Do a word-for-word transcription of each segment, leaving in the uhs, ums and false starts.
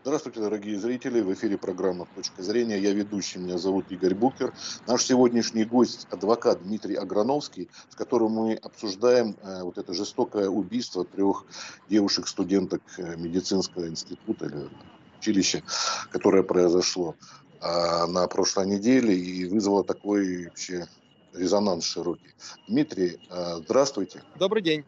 Здравствуйте, дорогие зрители. В эфире программа «Точка зрения». Я ведущий, меня зовут Игорь Букер. Наш сегодняшний гость– адвокат Дмитрий Аграновский, с которым мы обсуждаем э, вот это жестокое убийство трех девушек-студенток э, медицинского института или там, училища, которое произошло а, на прошлой неделе и вызвало такой вообще резонанс широкий. Дмитрий, э, здравствуйте. Добрый день.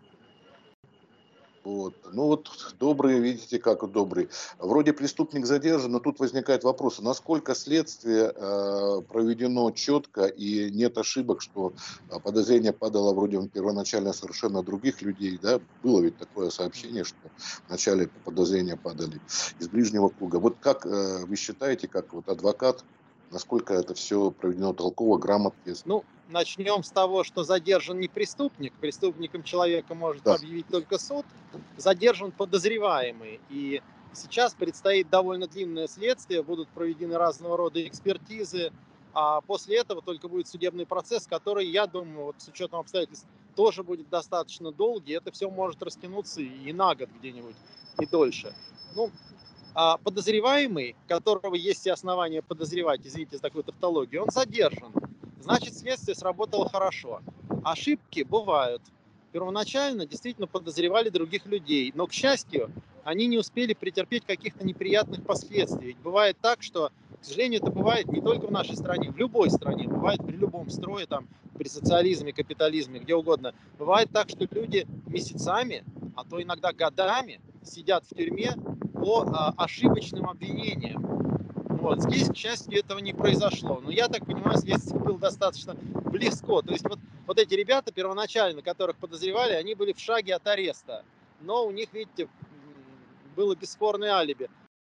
Вот. Ну вот добрый, видите, как вот добрый. Вроде преступник задержан, но тут возникает вопрос, насколько следствие э, проведено четко и нет ошибок, что э, подозрение падало вроде он первоначально совершенно других людей, да? Было ведь такое сообщение, что вначале подозрения падали из ближнего круга. Вот как э, вы считаете, как вот адвокат, насколько это все проведено толково, грамотно? Ну, начнем с того, что задержан не преступник. Преступником человека может Да. объявить только суд. Задержан подозреваемый. И сейчас предстоит довольно длинное следствие, будут проведены разного рода экспертизы, а после этого только будет судебный процесс, который, я думаю, вот с учетом обстоятельств, тоже будет достаточно долгий. Это все может растянуться и на год где-нибудь, и дольше. Ну, а подозреваемый, которого есть все основания подозревать, извините за такую тавтологию, он задержан. Значит, следствие сработало хорошо. Ошибки бывают. Первоначально действительно подозревали других людей, но, к счастью, они не успели претерпеть каких-то неприятных последствий. Ведь бывает так, что, к сожалению, это бывает не только в нашей стране, в любой стране, бывает при любом строе, там, при социализме, капитализме, где угодно. Бывает так, что люди месяцами, а то иногда годами сидят в тюрьме по а, ошибочным обвинениям. Вот. Здесь, к счастью, этого не произошло. Но я так понимаю, следствие было достаточно близко. То есть вот, вот эти ребята первоначально, которых подозревали, они были в шаге от ареста. Но у них, видите, было бесспорное алиби.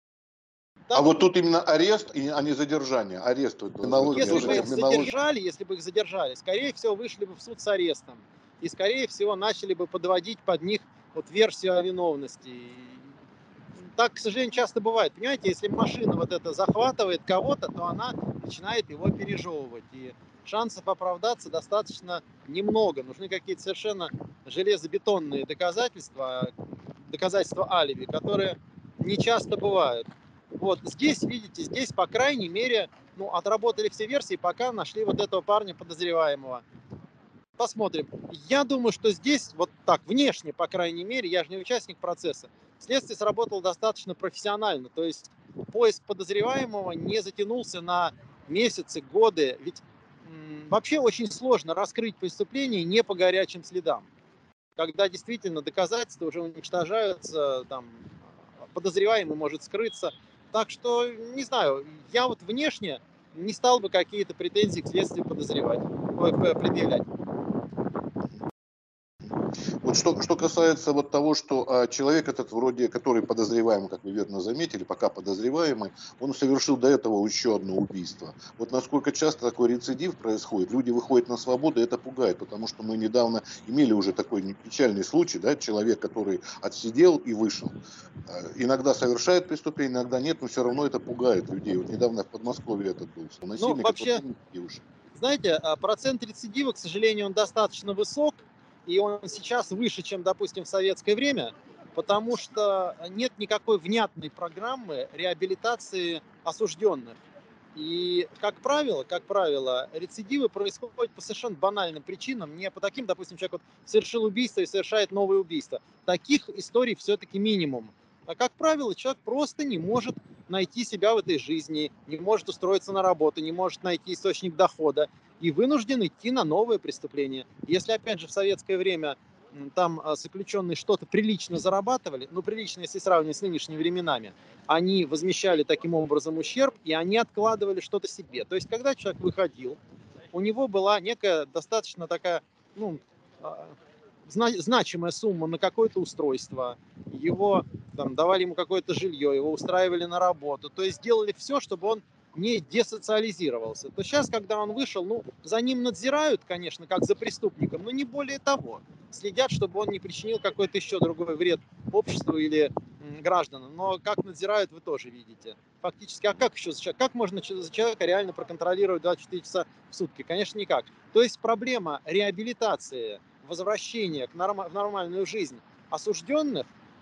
А Так, вот тут именно арест, и- а не задержание. Арест, вот, терминология, если тоже бы их терминология. задержали, если бы их задержали, скорее всего, вышли бы в суд с арестом. И, скорее всего, начали бы подводить под них вот версию о виновности. Так, к сожалению, часто бывает. Понимаете, если машина вот это захватывает кого-то, то она начинает его пережевывать. И шансов оправдаться достаточно немного. Нужны какие-то совершенно железобетонные доказательства, доказательства алиби, которые не часто бывают. Вот здесь, видите, здесь, по крайней мере, ну, отработали все версии, пока нашли вот этого парня подозреваемого. Посмотрим. Я думаю, что здесь, вот так, внешне, по крайней мере, я же не участник процесса, следствие сработало достаточно профессионально. То есть поиск подозреваемого не затянулся на месяцы, годы. Ведь м, вообще очень сложно раскрыть преступление не по горячим следам. Когда действительно доказательства уже уничтожаются, там, подозреваемый может скрыться. Так что, не знаю, я вот внешне не стал бы какие-то претензии к следствию подозревать, ой, предъявлять. Вот что, что касается вот того, что а, человек этот вроде, который подозреваемый, как вы верно заметили, пока подозреваемый, он совершил до этого еще одно убийство. Вот насколько часто такой рецидив происходит, люди выходят на свободу, и это пугает, потому что мы недавно имели уже такой не- печальный случай, да, человек, который отсидел и вышел. А, Иногда совершает преступление, иногда нет, но все равно это пугает людей. Вот недавно в Подмосковье этот был, Ну, насильник, который вообще, помните, девушек. знаете, а, процент рецидива, к сожалению, он достаточно высок, и он сейчас выше, чем, допустим, в советское время, потому что нет никакой внятной программы реабилитации осужденных. И, как правило, как правило, рецидивы происходят по совершенно банальным причинам, не по таким, допустим, человек вот совершил убийство и совершает новое убийство. Таких историй все-таки минимум. А как правило, человек просто не может найти себя в этой жизни, не может устроиться на работу, не может найти источник дохода и вынужден идти на новое преступление. Если, опять же, в советское время там а, заключенные что-то прилично зарабатывали, ну, прилично, если сравнивать с нынешними временами, они возмещали таким образом ущерб, и они откладывали что-то себе. То есть, когда человек выходил, у него была некая достаточно такая, ну, а, значимая сумма на какое-то устройство, его там давали ему какое-то жилье, его устраивали на работу, то есть делали все, чтобы он не десоциализировался. То сейчас, когда он вышел, ну, за ним надзирают, конечно, как за преступником, но не более того. Следят, чтобы он не причинил какой-то еще другой вред обществу или м, гражданам. Но как надзирают, вы тоже видите. Фактически, а как еще за человека? Как можно за человека реально проконтролировать двадцать четыре часа в сутки? Конечно, никак. То есть проблема реабилитации, возвращения к норм- в нормальную жизнь осужденных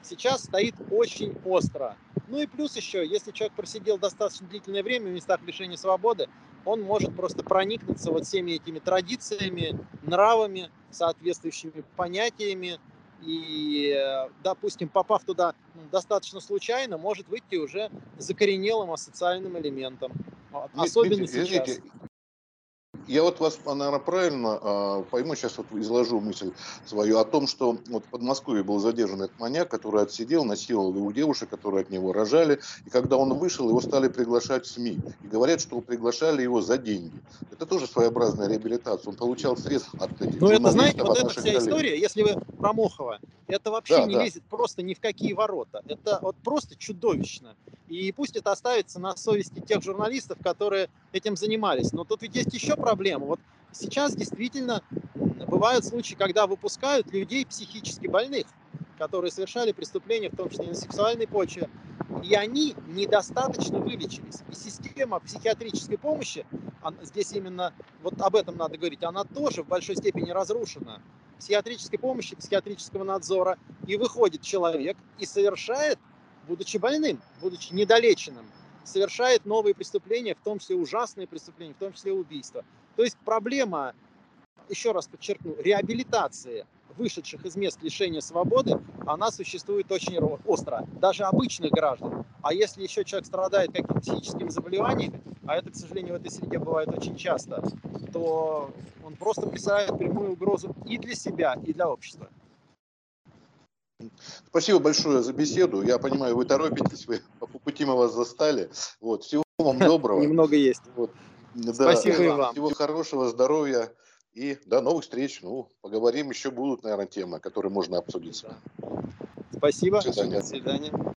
сейчас стоит очень остро. Ну и плюс еще, если человек просидел достаточно длительное время в местах лишения свободы, он может просто проникнуться вот всеми этими традициями, нравами, соответствующими понятиями. И, допустим, попав туда достаточно случайно, может выйти уже закоренелым асоциальным элементом. Особенно Дмитрий, сейчас. извините, я вот вас, наверное, правильно э, пойму, сейчас вот изложу мысль свою о том, что вот в Подмосковье был задержан этот маньяк, который отсидел, насиловал двух девушек, которые от него рожали, и когда он вышел, его стали приглашать в СМИ. И говорят, что приглашали его за деньги. Это тоже своеобразная реабилитация. Он получал средства от этих Ну, это, знаете, журналистов, вот от эта наших вся коллег. история, если вы про Мохова, это вообще Да, не да. лезет просто ни в какие ворота. Это вот просто чудовищно. И пусть это оставится на совести тех журналистов, которые этим занимались. Но тут ведь есть еще проблема. Вот сейчас действительно бывают случаи, когда выпускают людей психически больных, которые совершали преступления, в том числе и на сексуальной почве, и они недостаточно вылечились. И система психиатрической помощи, здесь именно вот об этом надо говорить, она тоже в большой степени разрушена. Психиатрической помощи, психиатрического надзора, и выходит человек и совершает, будучи больным, будучи недолеченным, совершает новые преступления, в том числе ужасные преступления, в том числе убийства. То есть проблема, еще раз подчеркну, реабилитации вышедших из мест лишения свободы, она существует очень остро, даже обычных граждан. А если еще человек страдает какими-то психическими заболеваниями, а это, к сожалению, в этой среде бывает очень часто, то он просто представляет прямую угрозу и для себя, и для общества. Спасибо большое за беседу. Я понимаю, вы торопитесь, вы по пути мы вас застали. Вот, всего вам доброго. Немного есть. Вот. Спасибо Да, и вам. всего хорошего, здоровья и до новых встреч. Ну, поговорим, еще будут, наверное, темы, которые можно обсудить. Да. Спасибо. До свидания. До свидания.